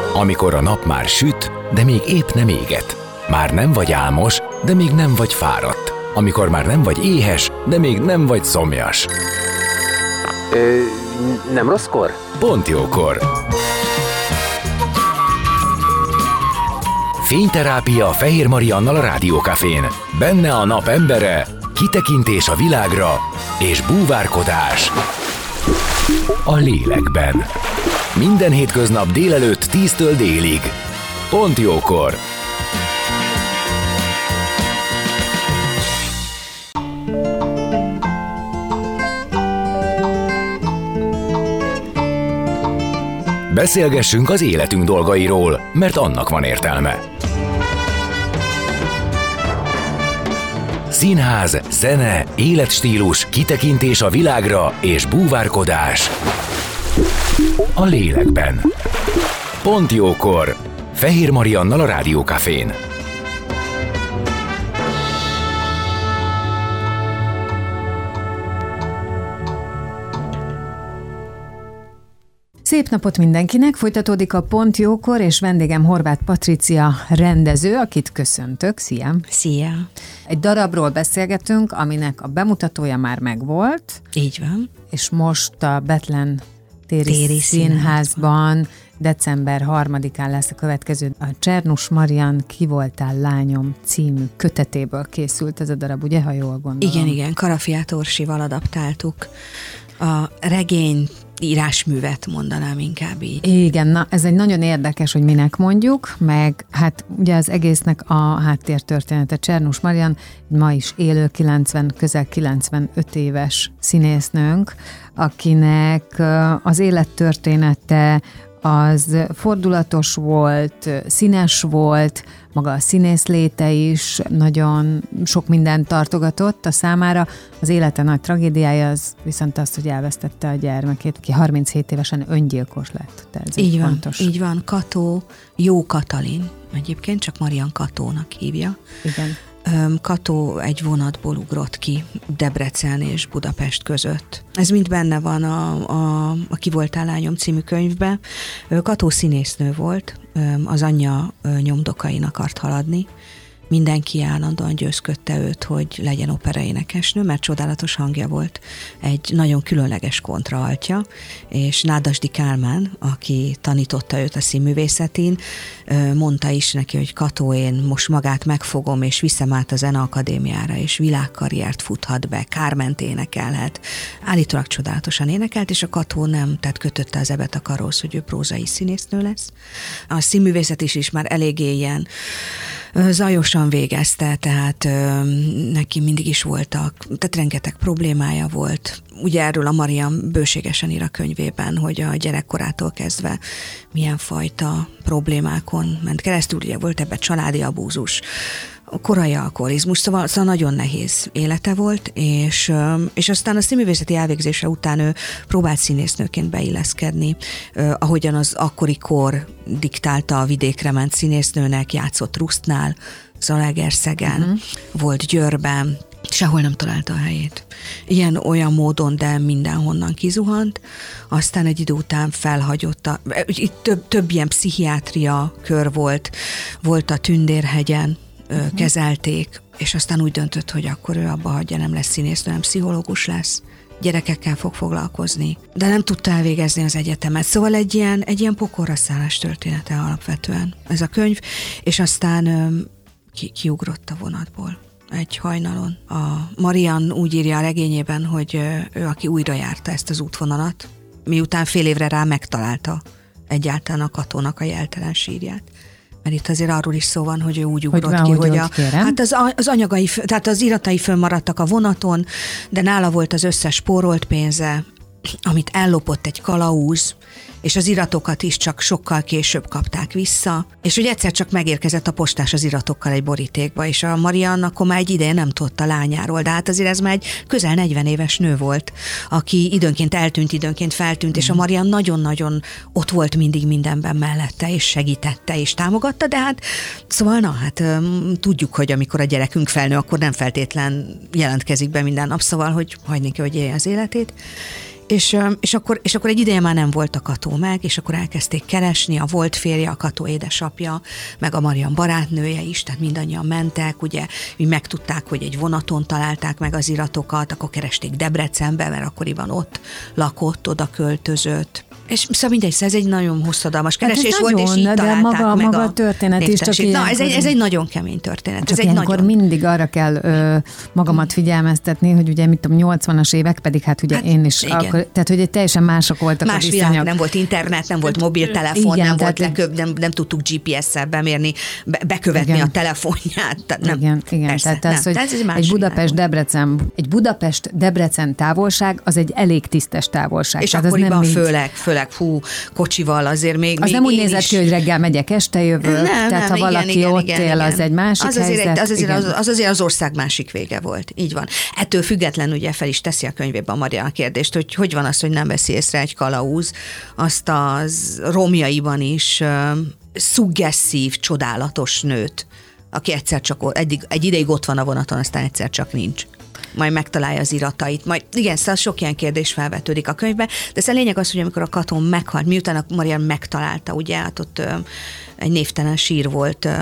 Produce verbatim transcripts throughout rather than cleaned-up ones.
Amikor a nap már süt, de még épp nem éget. Már nem vagy álmos, de még nem vagy fáradt. Amikor már nem vagy éhes, de még nem vagy szomjas. Ö, nem rosszkor? Pont jókor. Fényterápia Fehér Mariannal a Rádiókafén. Benne a nap embere, kitekintés a világra és búvárkodás a lélekben. Minden hétköznap délelőtt tíztől délig. Pont jókor. Beszélgessünk az életünk dolgairól, mert annak van értelme. Színház, zene, életstílus, kitekintés a világra és búvárkodás a lélekben. Pont jókor. Fehér Mariannal a Rádiókafén. Szép napot mindenkinek, folytatódik a Pont jókor, és vendégem Horváth Patricia rendező, akit köszöntök. Szia! Szia! Egy darabról beszélgetünk, aminek a bemutatója már megvolt. Így van. És most a Bethlen téri, téri színházban december harmadikán lesz a következő. A Csernus Marian Ki voltál lányom című kötetéből készült ez a darab, ugye, ha jól gondolom? Igen, igen, Karafiát Orsival adaptáltuk. A regény írásművet mondanám inkább így. Igen, na ez egy nagyon érdekes, hogy minek mondjuk, meg hát ugye az egésznek a háttértörténete. Csernus Marian ma is élő kilencven, közel kilencvenöt éves színésznőnk, akinek az élettörténete az fordulatos volt, színes volt, maga a színész léte is nagyon sok mindent tartogatott a számára. Az élete nagy tragédiája az viszont az, hogy elvesztette a gyermekét, ki harminchét évesen öngyilkos lett. Ez így van, fontos. így van. Kató, Jó Katalin, egyébként csak Marian Katónak hívja. Igen. Kató egy vonatból ugrott ki Debrecen és Budapest között. Ez mind benne van a, a, a Ki voltál lányom című könyvben. Kató színésznő volt, az anyja nyomdokain akart haladni. Mindenki állandóan győzködte őt, hogy legyen operaénekesnő, mert csodálatos hangja volt, egy nagyon különleges kontraaltja, és Nádasdy Kálmán, aki tanította őt a színművészetén, mondta is neki, hogy Kató, én most magát megfogom, és viszem át a Zeneakadémiára, és világkarriert futhat be, Kárment énekelhet. Állítólag csodálatosan énekelt, és a Kató nem, tehát kötötte az ebet a karhoz, hogy ő prózai színésznő lesz. A színművészet is, is már eléggé ilyen zajosan végezte, tehát ö, neki mindig is voltak, tehát rengeteg problémája volt. Ugye erről a Marian bőségesen ír a könyvében, hogy a gyerekkorától kezdve milyen fajta problémákon ment keresztül, ugye volt ebben családi abúzus, korai alkoholizmus, szóval, szóval nagyon nehéz élete volt, és, és aztán a színművészeti elvégzése után ő próbált színésznőként beilleszkedni, ahogyan az akkori kor diktálta, a vidékre ment színésznőnek, játszott Rusztnál, Zalaegerszegen, uh-huh. volt Győrben, sehol nem találta a helyét. Ilyen olyan módon, de mindenhonnan kizuhant, aztán egy idő után felhagyott a, itt több, több ilyen pszichiátria kör volt, volt a Tündérhegyen, uh-huh. kezelték, és aztán úgy döntött, hogy akkor ő abba hagyja, nem lesz színésznő, hanem pszichológus lesz, gyerekekkel fog foglalkozni, de nem tudta elvégezni az egyetemet. Szóval egy ilyen, egy ilyen pokorra szállás története alapvetően ez a könyv, és aztán öm, ki, kiugrott a vonatból egy hajnalon. A Marian úgy írja a regényében, hogy ő, aki újra járta ezt az útvonalat, miután fél évre rá megtalálta egyáltalán a Katónak a jeltelen sírját. Mert itt azért arról is szó van, hogy ő úgy ugrott hogy ki, hogy a, hát az, az anyagai, tehát az iratai fönnmaradtak a vonaton, de nála volt az összes spórolt pénze, amit ellopott egy kalauz, és az iratokat is csak sokkal később kapták vissza, és hogy egyszer csak megérkezett a postás az iratokkal egy borítékba, és a Marian akkor már egy ideje nem tudott a lányáról, de hát azért ez már egy közel negyven éves nő volt, aki időnként eltűnt, időnként feltűnt, mm. és a Marian nagyon-nagyon ott volt mindig mindenben mellette, és segítette, és támogatta, de hát szóval na, hát tudjuk, hogy amikor a gyerekünk felnő, akkor nem feltétlen jelentkezik be minden nap, szóval, hogy hagyni kell, hogy élje az életét. És, és, akkor, és akkor egy ideje már nem volt a Kató meg, és akkor elkezdték keresni, a volt férje, a Kató édesapja, meg a Marian barátnője is, tehát mindannyian mentek, ugye, úgy megtudták, hogy egy vonaton találták meg az iratokat, akkor keresték Debrecenbe, mert akkoriban ott lakott, oda költözött. És szóval mindegy, ez egy nagyon hosszadalmas keresés hát volt, nagyon, és így de találták maga, meg maga a, a történet is csak Na, ez egy, ez egy nagyon kemény történet. Csak ez egy ilyenkor nagyon... mindig arra kell ö, magamat figyelmeztetni, hogy ugye mit tudom, nyolcvanas évek, pedig hát ugye hát, én is, akkor, tehát hogy teljesen mások voltak Más a viszonyok. világ, nem volt internet, nem volt mobiltelefon, igen, nem volt leköv, nem, nem tudtuk gé pé es-szel bemérni, be, bekövetni igen. a telefonját. Tehát nem, igen, igen. Persze, tehát az, nem, hogy ez egy Budapest-Debrecen, egy Budapest-Debrecen távolság, az egy elég tisztes távolság. És tehát akkoriban nem főleg, főleg hú, kocsival azért még Az még nem úgy nézett is... ki, hogy reggel megyek, este jövök, nem, tehát nem, ha igen, valaki igen, ott igen, él, igen. az egy másik az azért, helyzet. Az azért, az, az azért az ország másik vége volt. Így van. Ettől függetlenül ugye fel is teszi a könyvében a Marian a kérdést, hogy hogy van az, hogy nem veszi észre egy kalauz, azt az romjaiban is uh, szuggesszív, csodálatos nőt, aki egyszer csak eddig, egy ideig ott van a vonaton, aztán egyszer csak nincs. Majd megtalálja az iratait. Majd igen, szóval sok ilyen kérdés felvetődik a könyvben, de ez a lényeg az, hogy amikor a Kató meghalt, miután a Marian megtalálta, ugye, hát ott ö, egy névtelen sír volt ö,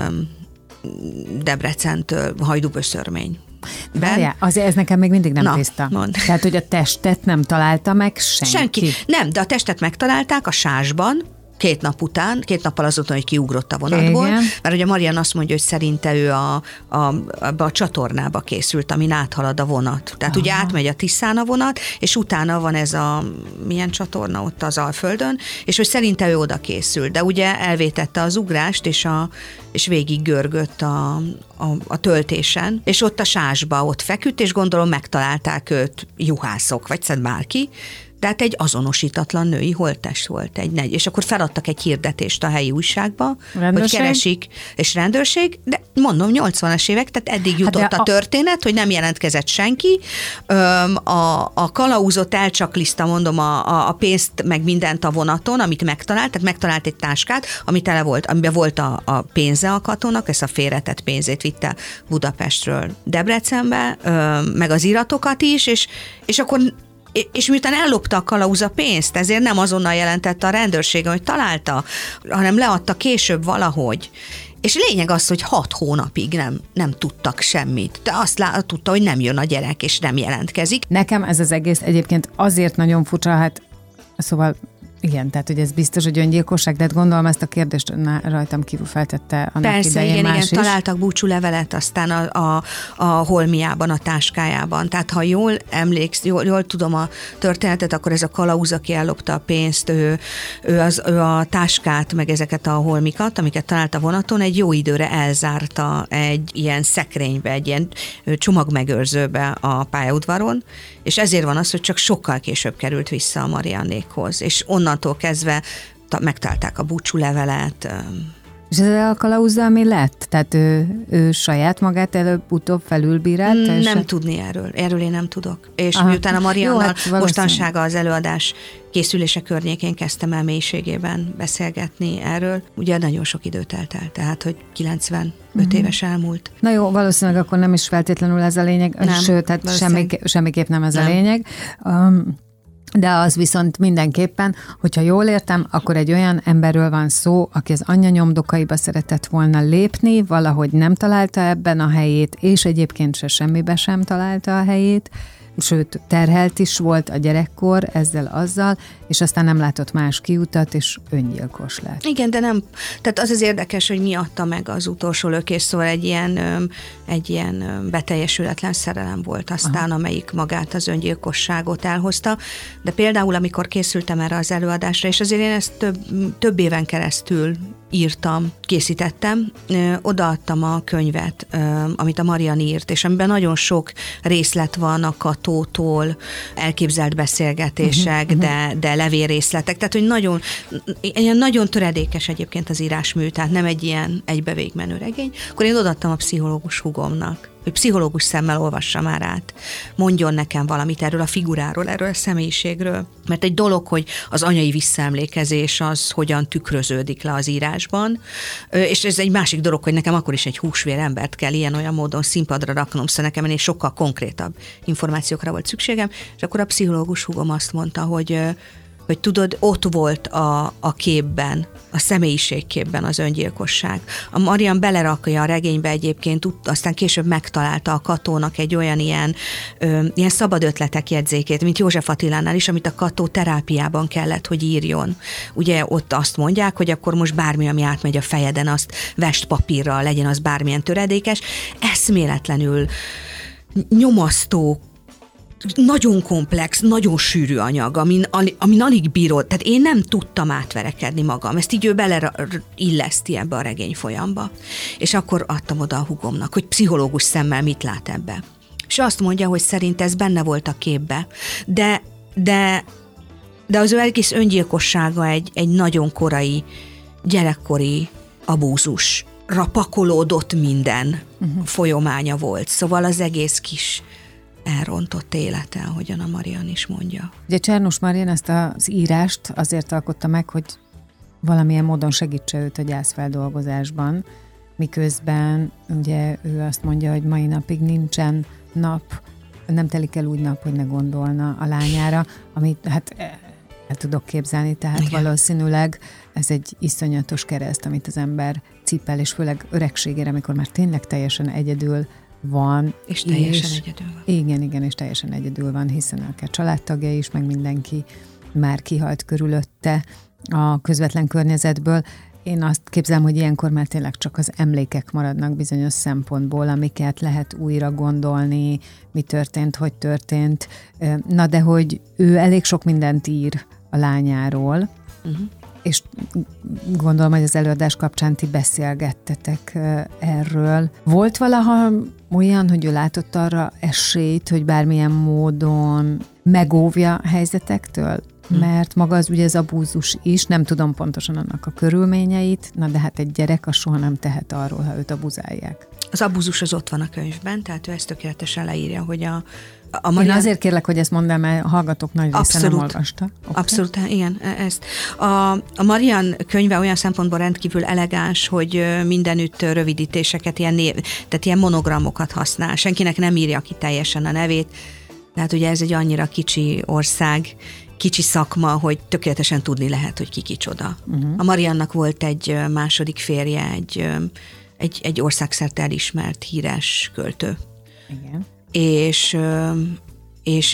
Debrecentől, Hajdúböszörmény. Várjál, azért ez nekem még mindig nem Na, tiszta. mondd. Tehát, hogy a testet nem találta meg senki. Senki. Nem, de a testet megtalálták a Sásban, két nap után, két nappal azután, hogy kiugrott a vonatból, igen. mert ugye Marian azt mondja, hogy szerinte ő a, a, a, a csatornába készült, amin áthalad a vonat. Tehát aha. ugye átmegy a Tiszán a vonat, és utána van ez a, milyen csatorna ott az Alföldön, és hogy szerinte ő oda készült, de ugye elvétette az ugrást, és, a, és végig görgött a, a, a töltésen, és ott a Sásba ott feküdt, és gondolom megtalálták őt juhászok, vagy szed bárki, tehát egy azonosítatlan női holttest volt. Egy negy, és akkor feladtak egy hirdetést a helyi újságba, rendőrség? Hogy keresik, és rendőrség, de mondom, nyolcvanas évek, tehát eddig jutott hát a, a történet, hogy nem jelentkezett senki. Öm, a, a kalauzot elcsakliszta, mondom, a, a, a pénzt, meg mindent a vonaton, amit megtalált, tehát megtalált egy táskát, ami tele volt, amiben volt a, a pénze a Katónak, ezt a félretett pénzét vitte Budapestről Debrecenbe, öm, meg az iratokat is, és, és akkor és miután ellopta a kalauz a pénzt, ezért nem azonnal jelentette a rendőrség, hogy találta, hanem leadta később valahogy. És lényeg az, hogy hat hónapig nem, nem tudtak semmit. De azt lá- tudta, hogy nem jön a gyerek, és nem jelentkezik. Nekem ez az egész egyébként azért nagyon furcsa, hát szóval igen, tehát hogy ez biztos, hogy öngyilkosság, de hát gondolom ezt a kérdést rajtam kívül feltette annak Persze, idején igen, más igen, is. találtak búcsúlevelet aztán a, a, a holmiában, a táskájában. Tehát ha jól emléksz, jól, jól tudom a történetet, akkor ez a kalauz, aki ellopta a pénzt, ő, ő, az, ő a táskát, meg ezeket a holmikat, amiket talált a vonaton, egy jó időre elzárta egy ilyen szekrénybe, egy ilyen csomagmegőrzőbe a pályaudvaron, és ezért van az, hogy csak sokkal később került vissza a Mariannékhoz, és onnantól kezdve ta, megtalálták a búcsúlevelet. És ezzel a kalauzzal mi lett? Tehát ő, ő saját magát előbb-utóbb felülbírálta? Nem és tudni erről. Erről én nem tudok. És aha. miután a Mariannal hát mostansága az előadás készülése környékén kezdtem el mélységében beszélgetni erről. Ugye nagyon sok időt telt el, tehát hogy kilencvenöt uh-huh. éves elmúlt. Na jó, valószínűleg akkor nem is feltétlenül ez a lényeg, nem, sőt, tehát semmi, semmiképp nem ez nem. a lényeg. Um, De az viszont mindenképpen, hogyha jól értem, akkor egy olyan emberről van szó, aki az anyja nyomdokaiba szeretett volna lépni, valahogy nem találta ebben a helyét, és egyébként se semmibe sem találta a helyét, sőt, terhelt is volt a gyerekkor ezzel-azzal, és aztán nem látott más kiutat, és öngyilkos lett. Igen, de nem, tehát az az érdekes, hogy mi adta meg az utolsó lökés, szóval egy ilyen, egy ilyen beteljesületlen szerelem volt aztán, aha. amelyik magát az öngyilkosságot elhozta, de például amikor készültem erre az előadásra, és azért én ezt több, több éven keresztül írtam, készítettem, odaadtam a könyvet, amit a Marian írt, és amiben nagyon sok részlet van a Katótól, elképzelt beszélgetések, uh-huh, de, de levélrészletek, tehát hogy nagyon, nagyon töredékes egyébként az írásmű, tehát nem egy ilyen egybevégmenő regény. Akkor én odaadtam a pszichológus húgomnak. hogy pszichológus szemmel olvassa már át, mondjon nekem valamit erről a figuráról, erről a személyiségről. Mert egy dolog, hogy az anyai visszaemlékezés az hogyan tükröződik le az írásban, és ez egy másik dolog, hogy nekem akkor is egy húsvér embert kell ilyen-olyan módon színpadra raknom, szóval nekem ennél sokkal konkrétabb információkra volt szükségem, és akkor a pszichológus húgom azt mondta, hogy hogy tudod, ott volt a, a képben, a személyiségképben az öngyilkosság. A Marian belerakja a regénybe egyébként, aztán később megtalálta a Katónak egy olyan ilyen, ö, ilyen szabad ötletek jegyzékét, mint József Attilánál is, amit a Kató terápiában kellett, hogy írjon. Ugye ott azt mondják, hogy akkor most bármi, ami átmegy a fejeden, azt vest papírra, legyen az bármilyen töredékes. Eszméletlenül nyomasztó, nagyon komplex, nagyon sűrű anyag, amin, amin alig bírod. Tehát én nem tudtam átverekedni magam. Ezt így ő beleilleszti ebbe a regény folyamba. És akkor adtam oda a hugomnak, hogy pszichológus szemmel mit lát ebbe. És azt mondja, hogy szerint ez benne volt a képbe. De, de, de az ő egész öngyilkossága egy, egy nagyon korai, gyerekkori abúzusra pakolódott minden uh-huh. folyamánya volt. Szóval az egész kis elrontott élete, ahogyan a Marian is mondja. Ugye Czernus Marian ezt az írást azért alkotta meg, hogy valamilyen módon segítse őt a gyászfeldolgozásban, miközben ugye ő azt mondja, hogy mai napig nincsen nap, nem telik el úgy nap, hogy ne gondolna a lányára, amit hát el tudok képzelni, tehát igen. Valószínűleg ez egy iszonyatos kereszt, amit az ember cipel, és főleg öregségére, amikor már tényleg teljesen egyedül van. És teljesen és, egyedül van. Igen, igen, és teljesen egyedül van, hiszen akár családtagja is, meg mindenki már kihalt körülötte a közvetlen környezetből. Én azt képzelem, hogy ilyenkor már tényleg csak az emlékek maradnak bizonyos szempontból, amiket lehet újra gondolni, mi történt, hogy történt. Na de hogy ő elég sok mindent ír a lányáról, uh-huh. és gondolom, hogy az előadás kapcsán ti beszélgettetek erről. Volt valaha olyan, hogy ő látott arra esélyt, hogy bármilyen módon megóvja helyzetektől? Hmm. Mert maga az ugye az abúzus is, nem tudom pontosan annak a körülményeit, na de hát egy gyerek az soha nem tehet arról, ha őt abuzálják. Az abúzus az ott van a könyvben, tehát ő ezt tökéletesen leírja, hogy a A Marian... Én azért kérlek, hogy ezt mondd el, mert a hallgatók nagy része nem olvasta. Okay. Abszolút, igen, ezt. A, a Marian könyve olyan szempontból rendkívül elegáns, hogy mindenütt rövidítéseket, ilyen név, tehát ilyen monogramokat használ. Senkinek nem írja ki teljesen a nevét. Tehát ugye ez egy annyira kicsi ország, kicsi szakma, hogy tökéletesen tudni lehet, hogy ki kicsoda. Uh-huh. A Mariannak volt egy második férje, egy, egy, egy országszerte elismert híres költő. Igen. És, és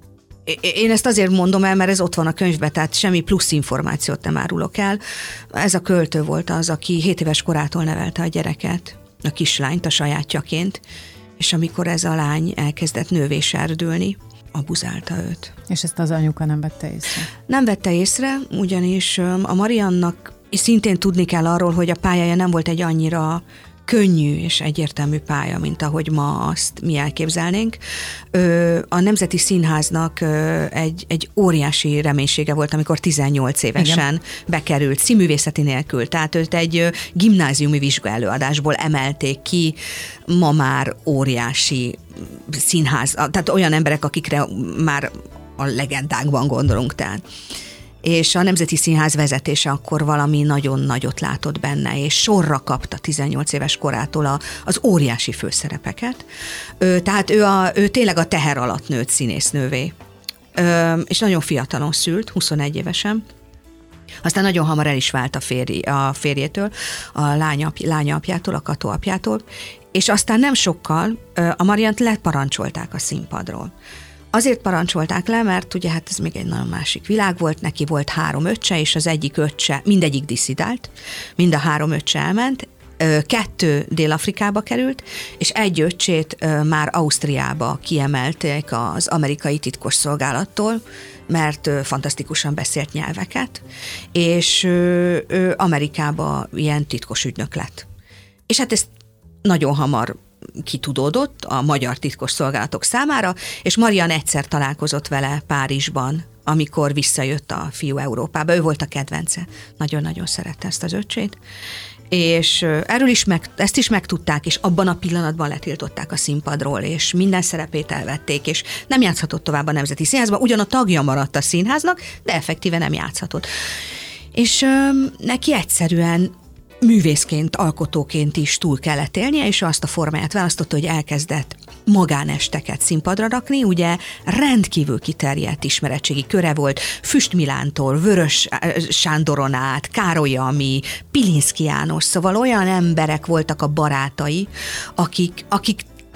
én ezt azért mondom el, mert ez ott van a könyvben, tehát semmi plusz információt nem árulok el. Ez a költő volt az, aki hét éves korától nevelte a gyereket, a kislányt a sajátjaként, és amikor ez a lány elkezdett nővéserdülni, abuzálta őt. És ezt az anyuka nem vette észre? Nem vette észre, ugyanis a Mariannak szintén tudni kell arról, hogy a pályája nem volt egy annyira könnyű és egyértelmű pálya, mint ahogy ma azt mi elképzelnénk. A Nemzeti Színháznak egy, egy óriási reménysége volt, amikor tizennyolc évesen igen. bekerült színművészeti nélkül. Tehát őt egy gimnáziumi vizsgaelőadásból emelték ki, ma már óriási színház, tehát olyan emberek, akikre már a legendákban gondolunk. Tehát. És a Nemzeti Színház vezetése akkor valami nagyon nagyot látott benne, és sorra kapta tizennyolc éves korától a, az óriási főszerepeket. Ö, tehát ő, a, ő tényleg a teher alatt nőtt színésznővé. Ö, és nagyon fiatalon szült, huszonegy évesen. Aztán nagyon hamar el is vált a, férj, a férjétől, a lányap, lányapjától, a Kató apjától, és aztán nem sokkal a Mariant leparancsolták a színpadról. Azért parancsolták le, mert ugye hát ez még egy nagyon másik világ volt, neki volt három öccse, és az egyik öccse, mindegyik disszidált, mind a három öccse elment, kettő Dél-Afrikába került, és egy öccsét már Ausztriába kiemelték az amerikai titkosszolgálattól, mert fantasztikusan beszélt nyelveket, és ő Amerikába ilyen titkos ügynök lett. És hát ezt nagyon hamar kitudódott a magyar titkosszolgálatok számára, és Marian egyszer találkozott vele Párizsban, amikor visszajött a fiú Európába. Ő volt a kedvence. Nagyon-nagyon szerette ezt az öccsét. És erről is meg, ezt is megtudták, és abban a pillanatban letiltották a színpadról, és minden szerepét elvették, és nem játszhatott tovább a Nemzeti Színházban, ugyan a tagja maradt a színháznak, de effektíven nem játszhatott. És ö, neki egyszerűen művészként, alkotóként is túl kellett élnie, és azt a formáját választotta, hogy elkezdett magánesteket színpadra rakni, ugye rendkívül kiterjedt ismeretségi köre volt, Füst Milántól, Vörös Sándoron át, Károly Jami, Pilinszky János, szóval olyan emberek voltak a barátai, akik, akik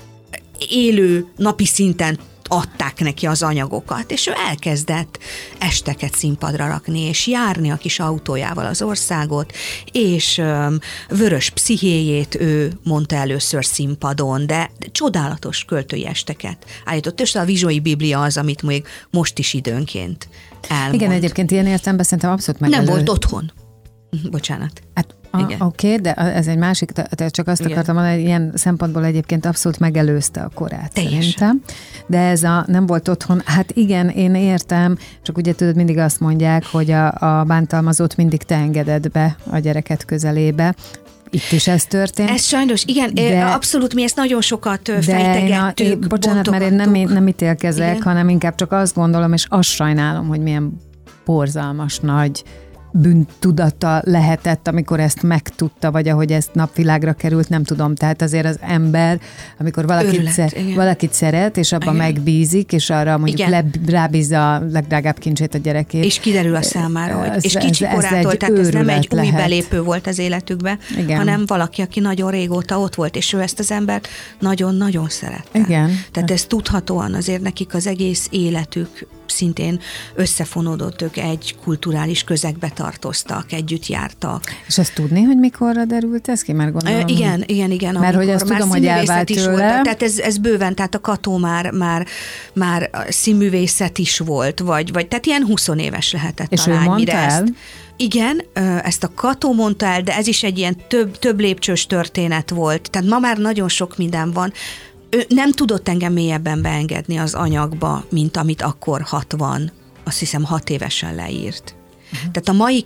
élő napi szinten adták neki az anyagokat, és ő elkezdett esteket színpadra rakni, és járni a kis autójával az országot, és öm, Vörös pszichéjét ő mondta először színpadon, de csodálatos költői esteket állított, és a Vizsói Biblia az, amit még most is időnként elmond. Igen, egyébként ilyen értelemben szerintem abszolút megelő... Nem volt otthon. Bocsánat. Hát oké, okay, de ez egy másik, de csak azt Igen. akartam mondani, hogy ilyen szempontból egyébként abszolút megelőzte a korát. Teljesen. Szerintem. De ez a nem volt otthon, hát igen, én értem, csak ugye tudod, mindig azt mondják, hogy a, a bántalmazót mindig te engeded be a gyereket közelébe. Itt is ez történt. Ez sajnos, igen, de, abszolút mi ezt nagyon sokat fejtegettük, én a, bocsánat, mert én nem, nem ítélkezek, igen. hanem inkább csak azt gondolom, és azt sajnálom, hogy milyen borzalmas nagy bűntudata lehetett, amikor ezt megtudta, vagy ahogy ezt napvilágra került, nem tudom. Tehát azért az ember, amikor valakit, Örület, szer, valakit szeret, és abban igen. megbízik, és arra mondjuk le, rábízza a legdrágább kincsét a gyerekét. És kiderül a számára, hogy, ez, és kicsi ez, korától, ez tehát ez nem egy új lehet. belépő volt az életükbe, igen. hanem valaki, aki nagyon régóta ott volt, és ő ezt az embert nagyon-nagyon szerette. Igen. Tehát ez tudhatóan azért nekik az egész életük szintén összefonódott, ők egy kulturális közegbe tartoztak, együtt jártak. És ezt tudni, hogy mikorra derült ez ki? Mert gondolom, igen, igen, igen. Mert hogy ezt tudom, hogy elvált tőle. Volt, tehát ez, ez bőven, tehát a Kató már, már, már színművészet is volt, vagy, vagy tehát ilyen huszonéves lehetett és talán. És ő mondta el? Ezt, igen, ezt a Kató mondta el, de ez is egy ilyen több, több lépcsős történet volt. Tehát ma már nagyon sok minden van. Ő nem tudott engem mélyebben beengedni az anyagba, mint amit akkor hatvan, azt hiszem hat évesen leírt. Uh-huh. Tehát a mai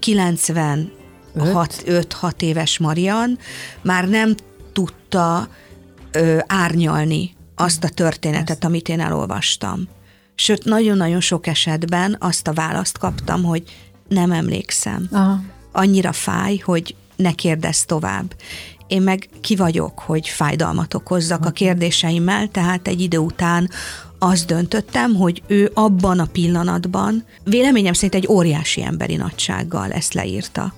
kilencvenöt-hat éves Marian már nem tudta ö, árnyalni azt a történetet, Ezt. amit én elolvastam. Sőt, nagyon-nagyon sok esetben azt a választ kaptam, hogy nem emlékszem. Aha. Annyira fáj, hogy ne kérdezz tovább. Én meg ki vagyok, hogy fájdalmat okozzak a kérdéseimmel, tehát egy idő után azt döntöttem, hogy ő abban a pillanatban, véleményem szerint egy óriási emberi nagysággal ezt leírta.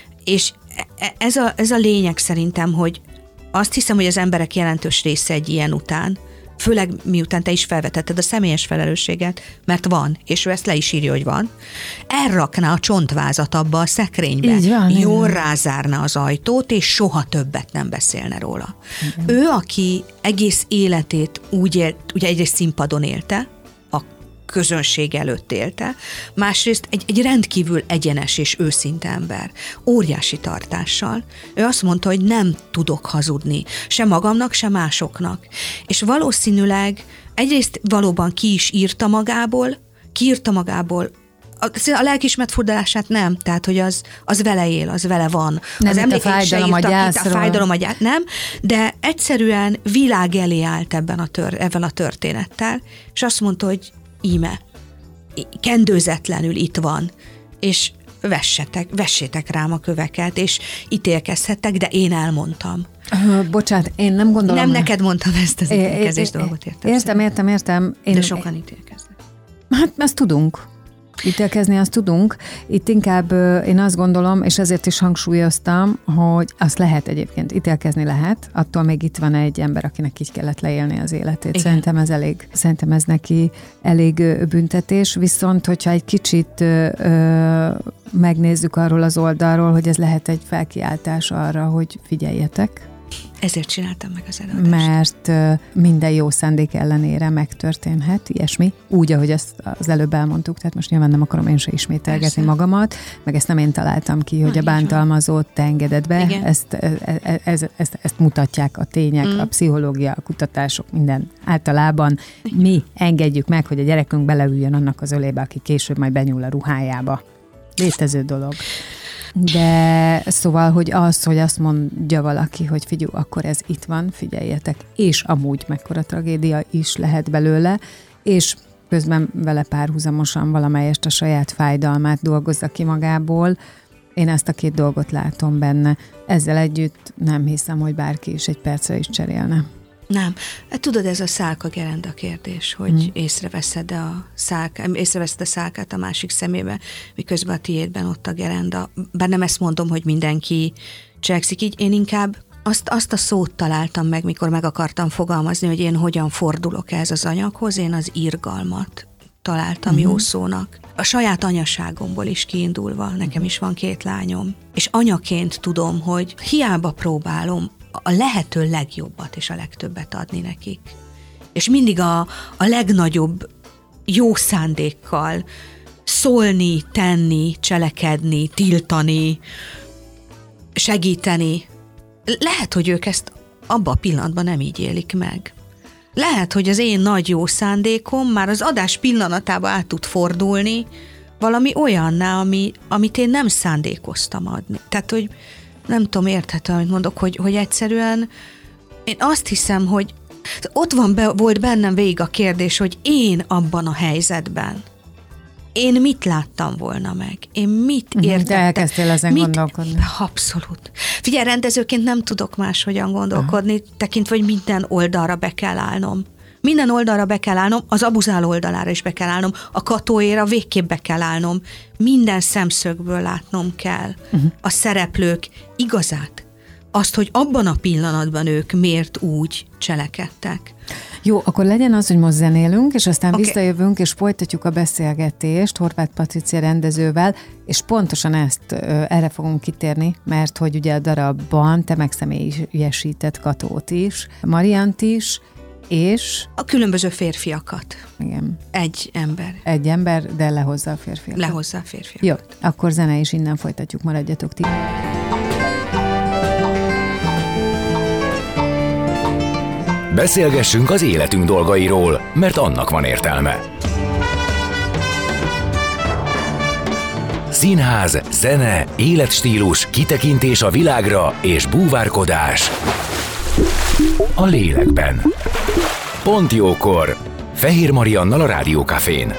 És ez a, ez a lényeg szerintem, hogy azt hiszem, hogy az emberek jelentős része egy ilyen után, főleg miután te is felvetetted a személyes felelősséget, mert van, és ő ezt le is írja, hogy van, elrakná a csontvázat abba a szekrénybe, van, jól rázárna az ajtót, és soha többet nem beszélne róla. Igen. Ő, aki egész életét úgy élt, ugye egyrészt színpadon élte, a közönség előtt élte, másrészt egy, egy rendkívül egyenes és őszinte ember, óriási tartással. Ő azt mondta, hogy nem tudok hazudni, se magamnak, se másoknak. És valószínűleg egyrészt valóban ki is írta magából, kiírta magából a, a lelkiismeret furdalását nem, tehát hogy az, az vele él, az vele van. Nem, az emlékeit se írta, a fájdalom a gyász, nem, de egyszerűen világ elé állt ebben a tör, ebben a történettel, és azt mondta, hogy íme, kendőzetlenül itt van, és vessetek, vessétek rám a köveket, és ítélkezhettek, de én elmondtam. Uh, bocsánat, én nem gondolom... Nem neked mondtam ezt az ítélkezés dolgot, értem. Értem, értem, értem. Én, de sokan ítélkeznek. Hát ezt tudunk. Ítélkezni azt tudunk. Itt inkább én azt gondolom, és ezért is hangsúlyoztam, hogy azt lehet egyébként, ítélkezni lehet, attól még itt van egy ember, akinek így kellett leélni az életét. Igen. Szerintem ez elég, szerintem ez neki elég büntetés, viszont hogyha egy kicsit ö, megnézzük arról az oldalról, hogy ez lehet egy felkiáltás arra, hogy figyeljetek, Ezért csináltam meg az előadást. Mert minden jó szándék ellenére megtörténhet ilyesmi, úgy, ahogy azt az előbb elmondtuk, tehát most nyilván nem akarom én se ismételgetni Persze. magamat, meg ezt nem én találtam ki, hogy Na, a bántalmazót te engeded be, ezt, ez, ez, ezt, ezt mutatják a tények, mm. a pszichológia, a kutatások, minden általában. Mi engedjük meg, hogy a gyerekünk beleüljön annak az ölébe, aki később majd benyúl a ruhájába. Létező dolog. De szóval, hogy az, hogy azt mondja valaki, hogy figyelj, akkor ez itt van, figyeljetek, és amúgy mekkora tragédia is lehet belőle, és közben vele párhuzamosan valamelyest a saját fájdalmát dolgozza ki magából. Én ezt a két dolgot látom benne. Ezzel együtt nem hiszem, hogy bárki is egy percre is cserélne. Nem. Hát tudod, ez a szálka-gerenda kérdés, hogy hmm. észreveszed a szálk, észreveszed a szálkát a másik szemébe, miközben a tiédben ott a gerenda. Bár nem ezt mondom, hogy mindenki cselekszik így, én inkább azt, azt a szót találtam meg, mikor meg akartam fogalmazni, hogy én hogyan fordulok ez az anyaghoz, én az irgalmat találtam hmm. jó szónak. A saját anyaságomból is kiindulva, nekem is van két lányom, és anyaként tudom, hogy hiába próbálom a lehető legjobbat és a legtöbbet adni nekik. És mindig a, a legnagyobb jó szándékkal szólni, tenni, cselekedni, tiltani, segíteni. Lehet, hogy ők ezt abban a pillanatban nem így élik meg. Lehet, hogy az én nagy jó szándékom már az adás pillanatában át tud fordulni valami olyanná, ami, amit én nem szándékoztam adni. Tehát, hogy nem tudom, érthető, amit mondok, hogy, hogy egyszerűen én azt hiszem, hogy ott van be, volt bennem végig a kérdés, hogy én abban a helyzetben, én mit láttam volna meg? Én mit értettem? Te elkezdtél ezen mit? gondolkodni. Abszolút. Figyelj, rendezőként nem tudok máshogyan gondolkodni, Aha. tekintve, hogy minden oldalra be kell állnom. Minden oldalra be kell állnom, az abuzáló oldalára is be kell állnom, a katóéra végképp be kell állnom. Minden szemszögből látnom kell uh-huh. a szereplők igazát. Azt, hogy abban a pillanatban ők miért úgy cselekedtek. Jó, akkor legyen az, hogy most zenélünk, és aztán okay. visszajövünk, és folytatjuk a beszélgetést Horváth Patricia rendezővel, és pontosan ezt, erre fogunk kitérni, mert hogy ugye a darabban te megszemélyesített Katót is, Mariant is, és... A különböző férfiakat. Igen. Egy ember. Egy ember, de lehozza a férfiakat. Lehozza a férfiakat. Jó, akkor zene, és innen folytatjuk, maradjatok ti. Beszélgessünk az életünk dolgairól, mert annak van értelme. Színház, zene, életstílus, kitekintés a világra és búvárkodás a lélekben. Pont jókor! Fehér Mariannal a Rádió Cafén.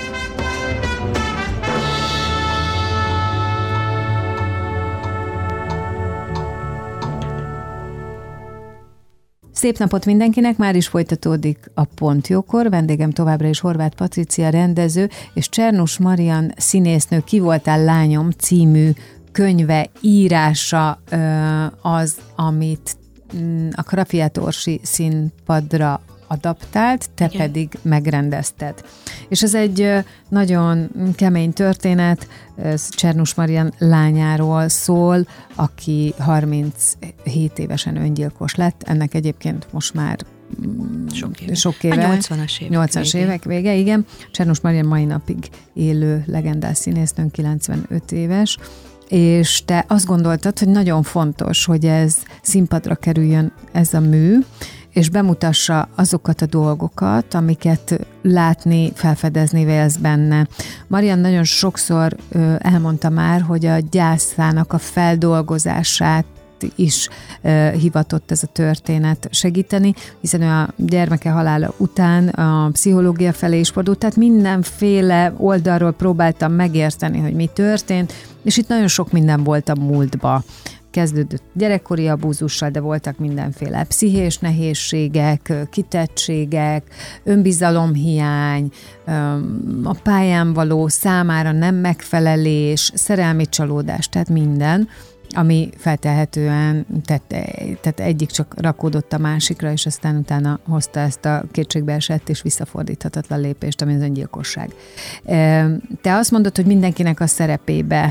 Szép napot mindenkinek, már is folytatódik a Pont jókor. Vendégem továbbra is Horváth Patricia rendező, és Csernus Marian színésznő Ki voltál lányom című könyve írása az, amit a Krafiát Orsi színpadra adaptált, te Igen. pedig megrendezted. És ez egy nagyon kemény történet, Csernus Marian lányáról szól, aki harminchét évesen öngyilkos lett, ennek egyébként most már sok éve. Sok éve. A nyolcvanas évek nyolcvanas vége. évek vége, igen. Csernus Marian mai napig élő legendás színésznő, kilencvenöt éves, és te azt gondoltad, hogy nagyon fontos, hogy ez színpadra kerüljön ez a mű, és bemutassa azokat a dolgokat, amiket látni, felfedezni vélsz benne. Marian nagyon sokszor ö, elmondta már, hogy a gyászának a feldolgozását is ö, hivatott ez a történet segíteni, hiszen ő a gyermeke halála után a pszichológia felé is fordult, tehát mindenféle oldalról próbáltam megérteni, hogy mi történt, és itt nagyon sok minden volt a múltba. Kezdődött gyerekkori abúzussal, de voltak mindenféle pszichés nehézségek, kitettségek, önbizalomhiány, a pályán való számára nem megfelelés, szerelmi csalódás, tehát minden, ami feltehetően, tehát, tehát egyik csak rakódott a másikra, és aztán utána hozta ezt a kétségbeesett és visszafordíthatatlan lépést, ami az öngyilkosság. Te azt mondod, hogy mindenkinek a szerepébe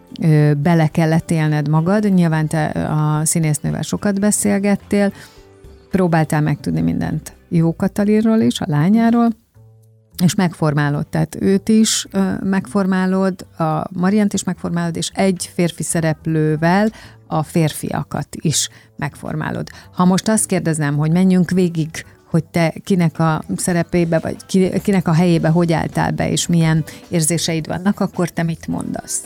ö, bele kellett élned magad. Nyilván te a színésznővel sokat beszélgettél, próbáltál megtudni mindent Jó Katalinról is, a lányáról, és megformálod, tehát őt is ö, megformálod, a Mariant is megformálod, és egy férfi szereplővel a férfiakat is megformálod. Ha most azt kérdezem, hogy menjünk végig, hogy te kinek a szerepébe, vagy ki, kinek a helyébe hogy álltál be, és milyen érzéseid vannak, akkor te mit mondasz?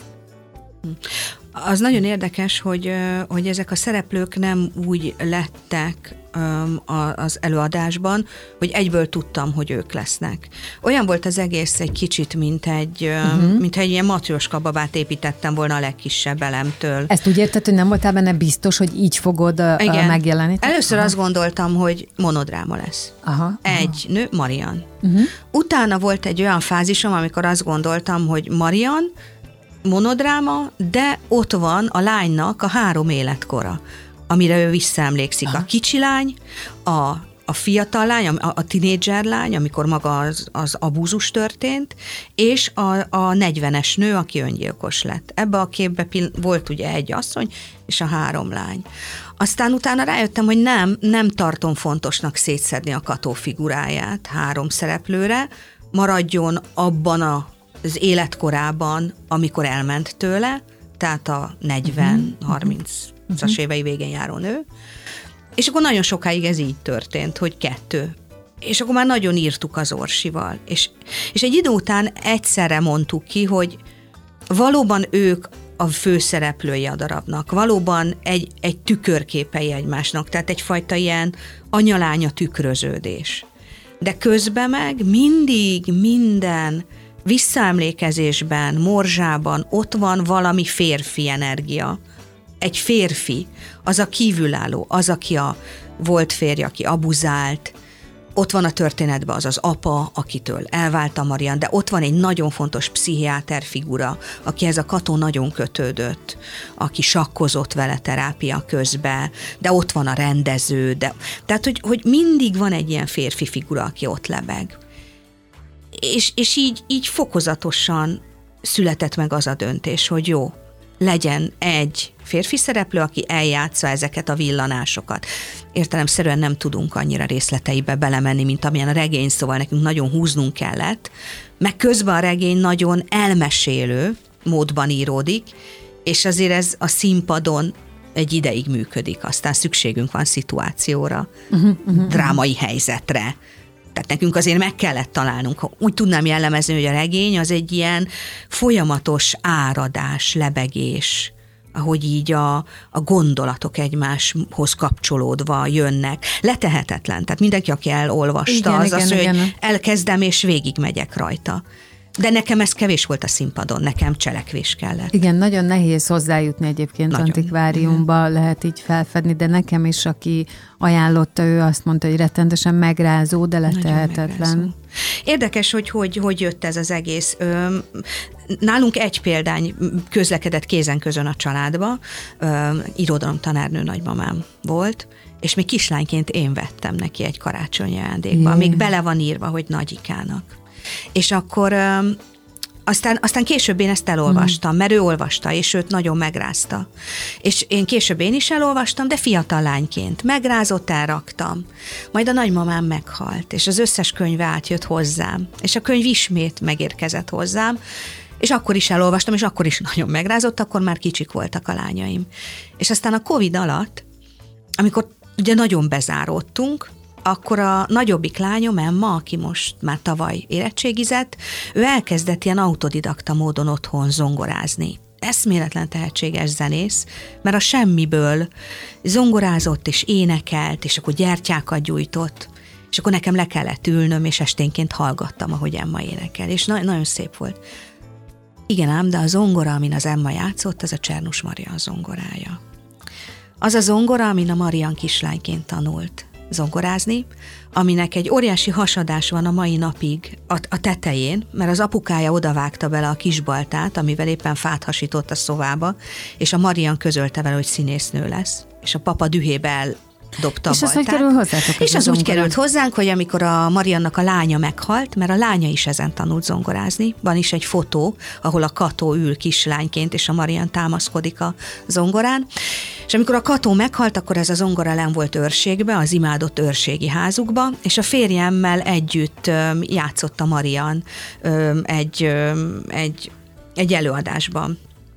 Az nagyon érdekes, hogy, hogy ezek a szereplők nem úgy lettek az előadásban, hogy egyből tudtam, hogy ők lesznek. Olyan volt az egész egy kicsit, mint egy, uh-huh. mint egy ilyen matrioska babát építettem volna a legkisebb elemtől. Ezt úgy érted, hogy nem voltál benne biztos, hogy így fogod Igen. megjeleníteni? Először aha. azt gondoltam, hogy monodráma lesz. Aha, egy aha. nő, Marian. Uh-huh. Utána volt egy olyan fázisom, amikor azt gondoltam, hogy Marian, monodráma, de ott van a lánynak a három életkora, amire ő visszaemlékszik. Aha. A kicsi lány, a, a fiatal lány, a, a tinédzser lány, amikor maga az, az abúzus történt, és a, a negyvenes nő, aki öngyilkos lett. Ebbe a képbe volt ugye egy asszony, és a három lány. Aztán utána rájöttem, hogy nem, nem tartom fontosnak szétszedni a Kató figuráját három szereplőre, maradjon abban a az életkorában, amikor elment tőle, tehát a negyven-harmincas uh-huh. évei végén járó nő, és akkor nagyon sokáig ez így történt, hogy kettő. És akkor már nagyon írtuk az Orsival. És, és egy idő után egyszerre mondtuk ki, hogy valóban ők a főszereplői a darabnak, valóban egy, egy tükörképei egymásnak, tehát egyfajta ilyen anyalánya tükröződés. De közben meg mindig minden visszaemlékezésben, morzsában ott van valami férfi energia. Egy férfi, az a kívülálló, az, aki a volt férj, aki abuzált, ott van a történetben az az apa, akitől elvált a Marian, de ott van egy nagyon fontos pszichiáter figura, akihez a Kató nagyon kötődött, aki sakkozott vele terápia közben, de ott van a rendező, de, tehát hogy, hogy mindig van egy ilyen férfi figura, aki ott lebeg. És, és így, így fokozatosan született meg az a döntés, hogy jó, legyen egy férfi szereplő, aki eljátsza ezeket a villanásokat. Értelemszerűen nem tudunk annyira részleteibe belemenni, mint amilyen a regény, szóval nekünk nagyon húznunk kellett, meg közben a regény nagyon elmesélő módban íródik, és azért ez a színpadon egy ideig működik, aztán szükségünk van szituációra, uh-huh, uh-huh. drámai helyzetre. Tehát nekünk azért meg kellett találnunk. Úgy tudnám jellemezni, hogy a regény az egy ilyen folyamatos áradás, lebegés, ahogy így a, a gondolatok egymáshoz kapcsolódva jönnek. Letehetetlen. Tehát mindenki, aki elolvasta, igen, az igen, az, igen. hogy elkezdem és végigmegyek rajta. De nekem ez kevés volt a színpadon, nekem cselekvés kellett. Igen, nagyon nehéz hozzájutni egyébként nagyon. Antikváriumba, lehet így felfedni, de nekem is, aki ajánlotta, ő azt mondta, hogy rettentesen megrázó, de letehetetlen. Érdekes, hogy, hogy hogy jött ez az egész. Nálunk egy példány közlekedett kézen közön a családba, irodalomtanárnő nagymamám volt, és még kislányként én vettem neki egy karácsonyi ajándékba, még bele van írva, hogy Nagyikának. És akkor aztán, aztán később én ezt elolvastam, mert ő olvasta, és őt nagyon megrázta. És én később én is elolvastam, de fiatal lányként. Megrázott, elraktam. Majd a nagymamám meghalt, és az összes könyve átjött hozzám. És a könyv ismét megérkezett hozzám, és akkor is elolvastam, és akkor is nagyon megrázott, akkor már kicsik voltak a lányaim. És aztán a Covid alatt, amikor ugye nagyon bezáródtunk, akkor a nagyobbik lányom, Emma, aki most már tavaly érettségizett, ő elkezdett ilyen autodidakta módon otthon zongorázni. Eszméletlen tehetséges zenész, mert a semmiből zongorázott és énekelt, és akkor gyertyákat gyújtott, és akkor nekem le kellett ülnöm, és esténként hallgattam, ahogy Emma énekel, és na- nagyon szép volt. Igen ám, de a zongora, amin az Emma játszott, az a Csernus Marian zongorája. Az a zongora, amin a Marian kislányként tanult zongorázni, aminek egy óriási hasadás van a mai napig a, a tetején, mert az apukája odavágta bele a kisbaltát, amivel éppen fát hasított a szobába, és a Marian közölte vele, hogy színésznő lesz, és a papa dühébe dobta És a az hogy baltát. kerül hozzátok? És az úgy került hozzánk, hogy amikor a Mariannak a lánya meghalt, mert a lánya is ezen tanult zongorázni, van is egy fotó, ahol a Kató ül kislányként, és a Marian támaszkodik a zongorán, és amikor a Kató meghalt, akkor ez a zongora len volt őrségbe, az imádott őrségi házukba, és a férjemmel együtt játszott a Marian egy, egy, egy előadásban.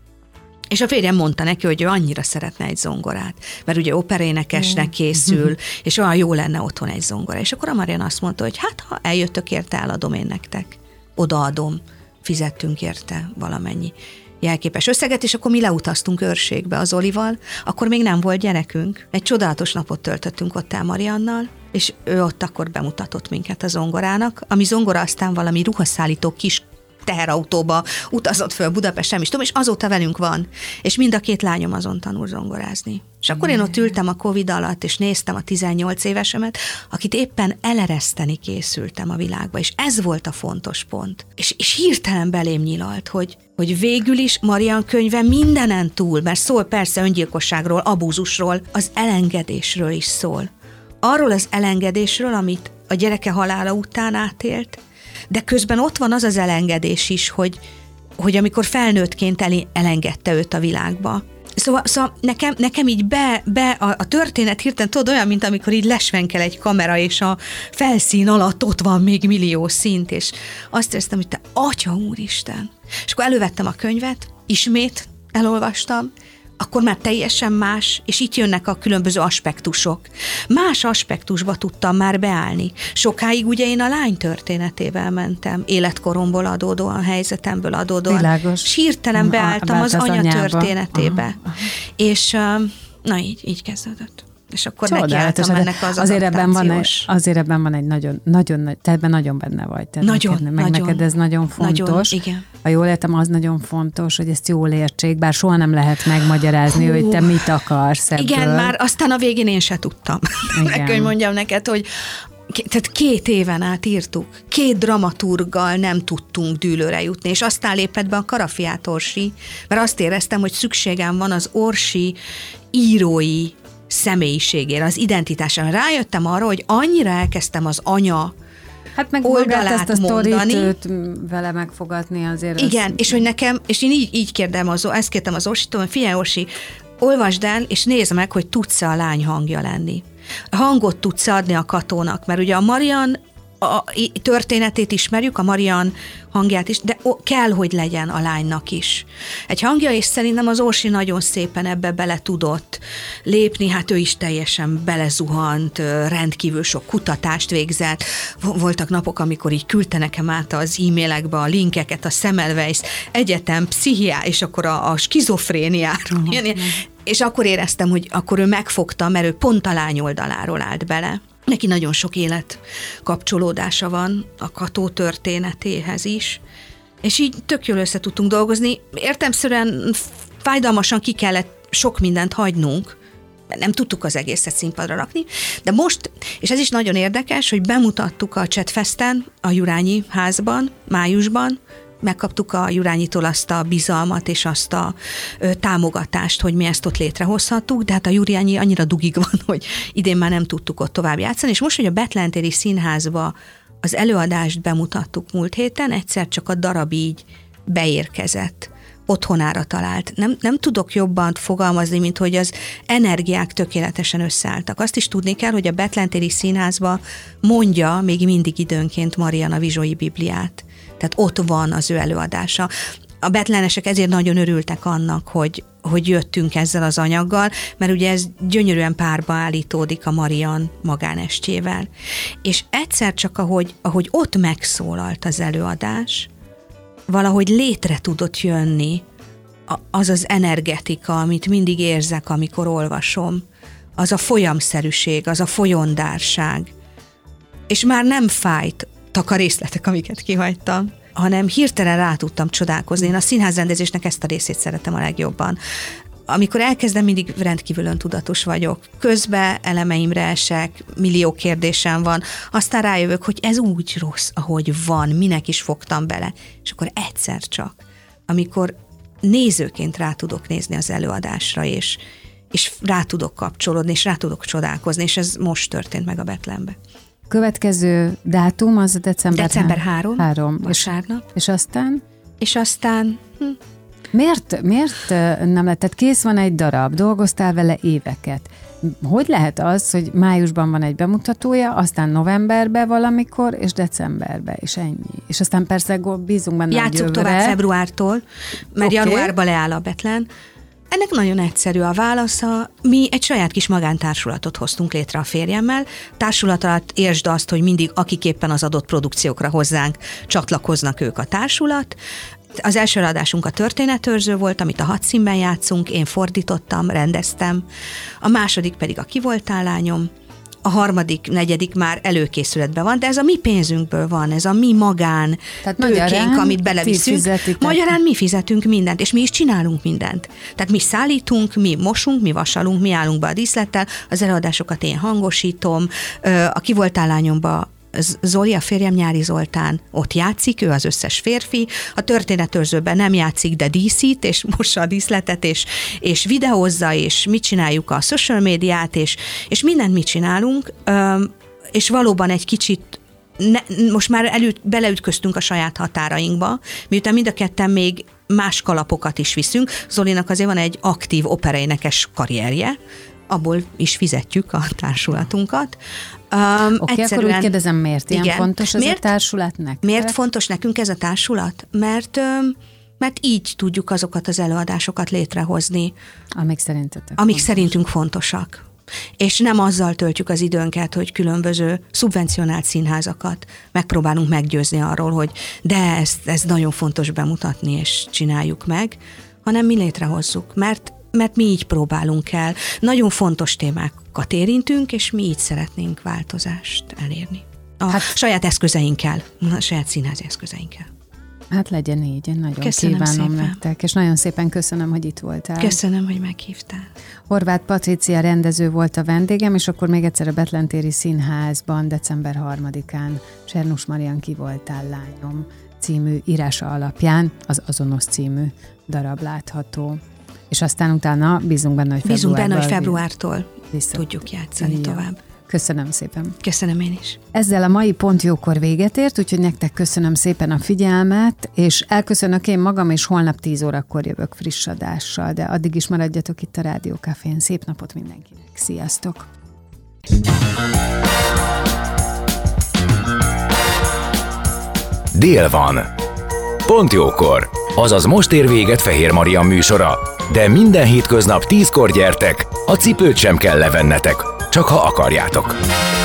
És a férjem mondta neki, hogy ő annyira szeretne egy zongorát, mert ugye operénekesnek készül, és olyan jó lenne otthon egy zongora. És akkor a Marian azt mondta, hogy hát, ha eljöttök érte, eladom én nektek. Odaadom, fizettünk érte valamennyi jelképes összeget, és akkor mi leutaztunk őrségbe az Olival, akkor még nem volt gyerekünk. Egy csodálatos napot töltöttünk ott el Mariannal, és ő ott akkor bemutatott minket a zongorának, ami zongora aztán valami ruhaszállító kis teherautóba utazott föl Budapesten, is tudom, és azóta velünk van. És mind a két lányom azon tanul zongorázni. És akkor én ott ültem a Covid alatt, és néztem a tizennyolc évesemet, akit éppen elereszteni készültem a világba, és ez volt a fontos pont. És, és hirtelen belém nyilalt, hogy, hogy végül is Marian könyve mindenen túl, mert szól persze öngyilkosságról, abúzusról, az elengedésről is szól. Arról az elengedésről, amit a gyereke halála után átélt, de közben ott van az az elengedés is, hogy, hogy amikor felnőttként elengedte őt a világba. Szóval, szóval nekem, nekem így be, be a, a történet hirtelen tudod olyan, mint amikor így lesvenkel egy kamera, és a felszín alatt ott van még millió szint, és azt éreztem, hogy te atya úristen. És akkor elővettem a könyvet, ismét elolvastam, akkor már teljesen más, és itt jönnek a különböző aspektusok. Más aspektusba tudtam már beállni. Sokáig ugye én a lány történetével mentem, életkoromból adódóan, helyzetemből adódóan. Világos. És hirtelen beálltam az, az anya anyába. történetébe. Aha, aha. És na így, így kezdődött. És akkor Csodálatos, nekiálltam ennek az azért ebben, van egy, adaptációs. azért ebben van egy nagyon, nagyon nagy, te ebben nagyon benne vagy. Tehát Nagyon, neked, meg nagyon. neked ez nagyon fontos. Nagyon, igen. Ha jól értem, az nagyon fontos, hogy ezt jól értsék, bár soha nem lehet megmagyarázni, Hú. hogy te mit akarsz ebből. Igen, már aztán a végén én se tudtam. Meg, hogy mondjam neked, hogy tehát két éven át írtuk, két dramaturggal nem tudtunk dűlőre jutni, és aztán lépett be a Karafiát Orsi, mert azt éreztem, hogy szükségem van az Orsi írói személyiségére, az identitására. Rájöttem arra, hogy annyira elkezdtem az anya hát meg oldalát ezt a mondani. sztorit vele megfogadni azért. Igen, az... és hogy nekem, és én így, így kérdem, az, ezt kértem az Orsitól, hogy figyelj Orsi, olvasd el, és nézd meg, hogy tudsz-e a lány hangja lenni. Hangot tudsz adni a Katónak, mert ugye a Marian a történetét ismerjük, a Marian hangját is, de kell, hogy legyen a lánynak is egy hangja, és szerintem az Orsi nagyon szépen ebbe bele tudott lépni, hát ő is teljesen belezuhant, rendkívül sok kutatást végzett. Voltak napok, amikor így küldte nekem át az e-mailekbe a linkeket, a Semmelweis Egyetem, pszichiá, és akkor a, a skizofréniáról. Uh-huh. És akkor éreztem, hogy akkor ő megfogta, mert ő pont a lány oldaláról állt bele. Neki nagyon sok élet kapcsolódása van a Kató történetéhez is, és így tök jól össze tudtunk dolgozni. Értelemszerűen fájdalmasan ki kellett sok mindent hagynunk, mert nem tudtuk az egészet színpadra rakni, de most, és ez is nagyon érdekes, hogy bemutattuk a Csetfesten, a Jurányi házban, májusban, megkaptuk a Jurányitól azt a bizalmat és azt a ö, támogatást, hogy mi ezt ott létrehozhattuk, de hát a Jurányi annyira dugig van, hogy idén már nem tudtuk ott tovább játszani, és most, hogy a Betlentéri Színházba az előadást bemutattuk múlt héten, egyszer csak a darab így beérkezett, otthonára talált. Nem, nem tudok jobban fogalmazni, mint hogy az energiák tökéletesen összeálltak. Azt is tudni kell, hogy a Betlentéri Színházba mondja még mindig időnként Marian a Vizsói Bibliát. Tehát ott van az ő előadása. A betlenesek ezért nagyon örültek annak, hogy, hogy jöttünk ezzel az anyaggal, mert ugye ez gyönyörűen párba állítódik a Marian magánestjével. És egyszer csak, ahogy, ahogy ott megszólalt az előadás, valahogy létre tudott jönni az az energetika, amit mindig érzek, amikor olvasom, az a folyamszerűség, az a folyondárság. És már nem fájt a részletek, amiket kihagytam, hanem hirtelen rá tudtam csodálkozni. Én a színházrendezésnek ezt a részét szeretem a legjobban. Amikor elkezdem, mindig rendkívül öntudatos vagyok. Közben elemeimre esek, millió kérdésem van, aztán rájövök, hogy ez úgy rossz, ahogy van, minek is fogtam bele. És akkor egyszer csak, amikor nézőként rá tudok nézni az előadásra, és, és rá tudok kapcsolódni, és rá tudok csodálkozni, és ez most történt meg a Betlenbe. Következő dátum az december, december három, három. vasárnap. És, és aztán? És aztán... Hm. Miért, miért nem lett? Tehát kész van egy darab, dolgoztál vele éveket. Hogy lehet az, hogy májusban van egy bemutatója, aztán novemberben valamikor, és decemberben, és ennyi. És aztán persze bízunk benne, játsszuk hogy jövőre. tovább februártól, mert Okay. januárban leáll a Betlen. Ennek nagyon egyszerű a válasza. Mi egy saját kis magántársulatot hoztunk létre a férjemmel. Társulat alatt értsd azt, hogy mindig akik éppen az adott produkciókra hozzánk csatlakoznak, ők a társulat. Az első adásunk a történetőrző volt, amit a hat színben játszunk, én fordítottam, rendeztem. A második pedig a Ki voltál lányom. A harmadik, negyedik már előkészületben van, de ez a mi pénzünkből van, ez a mi magán Tehát tőkénk, magyarán amit beleviszünk. fizetitek. Magyarán mi fizetünk mindent, és mi is csinálunk mindent. Tehát mi szállítunk, mi mosunk, mi vasalunk, mi állunk be a díszlettel, az előadásokat én hangosítom, a Ki voltál lányomba Zoli, a férjem Nyári Zoltán ott játszik, ő az összes férfi, a történetőrzőben nem játszik, de díszít, és mossa a díszletet, és, és videózza, és mit csináljuk a social médiát, és, és mindent mit csinálunk, és valóban egy kicsit ne, most már előtt, beleütköztünk a saját határainkba, miután mind a ketten még más kalapokat is viszünk. Zolinak azért van egy aktív operaénekes karrierje, abból is fizetjük a társulatunkat. Um, Oké, okay, akkor úgy kérdezem, miért ilyen igen. fontos ez miért, a társulat nektek? Miért fontos nekünk ez a társulat? Mert, mert így tudjuk azokat az előadásokat létrehozni, amik szerintetek amik fontos. szerintünk fontosak. És nem azzal töltjük az időnket, hogy különböző szubvencionált színházakat megpróbálunk meggyőzni arról, hogy de ezt, ez nagyon fontos bemutatni, és csináljuk meg, hanem mi létrehozzuk, mert mert mi így próbálunk el. Nagyon fontos témákat érintünk, és mi így szeretnénk változást elérni. A hát, saját eszközeinkkel, a saját színházi eszközeinkkel. Hát legyen így, én nagyon köszönöm kívánom szépen. nektek, és nagyon szépen köszönöm, hogy itt voltál. Köszönöm, hogy meghívtál. Horváth Patrícia rendező volt a vendégem, és akkor még egyszer a Betlen-téri Színházban december harmadikán Csernus Marian Ki voltál lányom című írása alapján az Azonos című darab látható. És aztán utána bízunk benne, hogy Bízunk benne, hogy februártól vissza tudjuk játszani ja. tovább. Köszönöm szépen. Köszönöm én is. Ezzel a mai Pont Jókor véget ért, úgyhogy nektek köszönöm szépen a figyelmet, és elköszönök én magam, és holnap tíz órakor jövök friss adással, de addig is maradjatok itt a Rádió Cafén. Szép napot mindenkinek. Sziasztok! Dél van. Pont jókor. Azaz most ér véget Fehér Marian műsora. De minden hétköznap tízkor gyertek, a cipőt sem kell levennetek, csak ha akarjátok.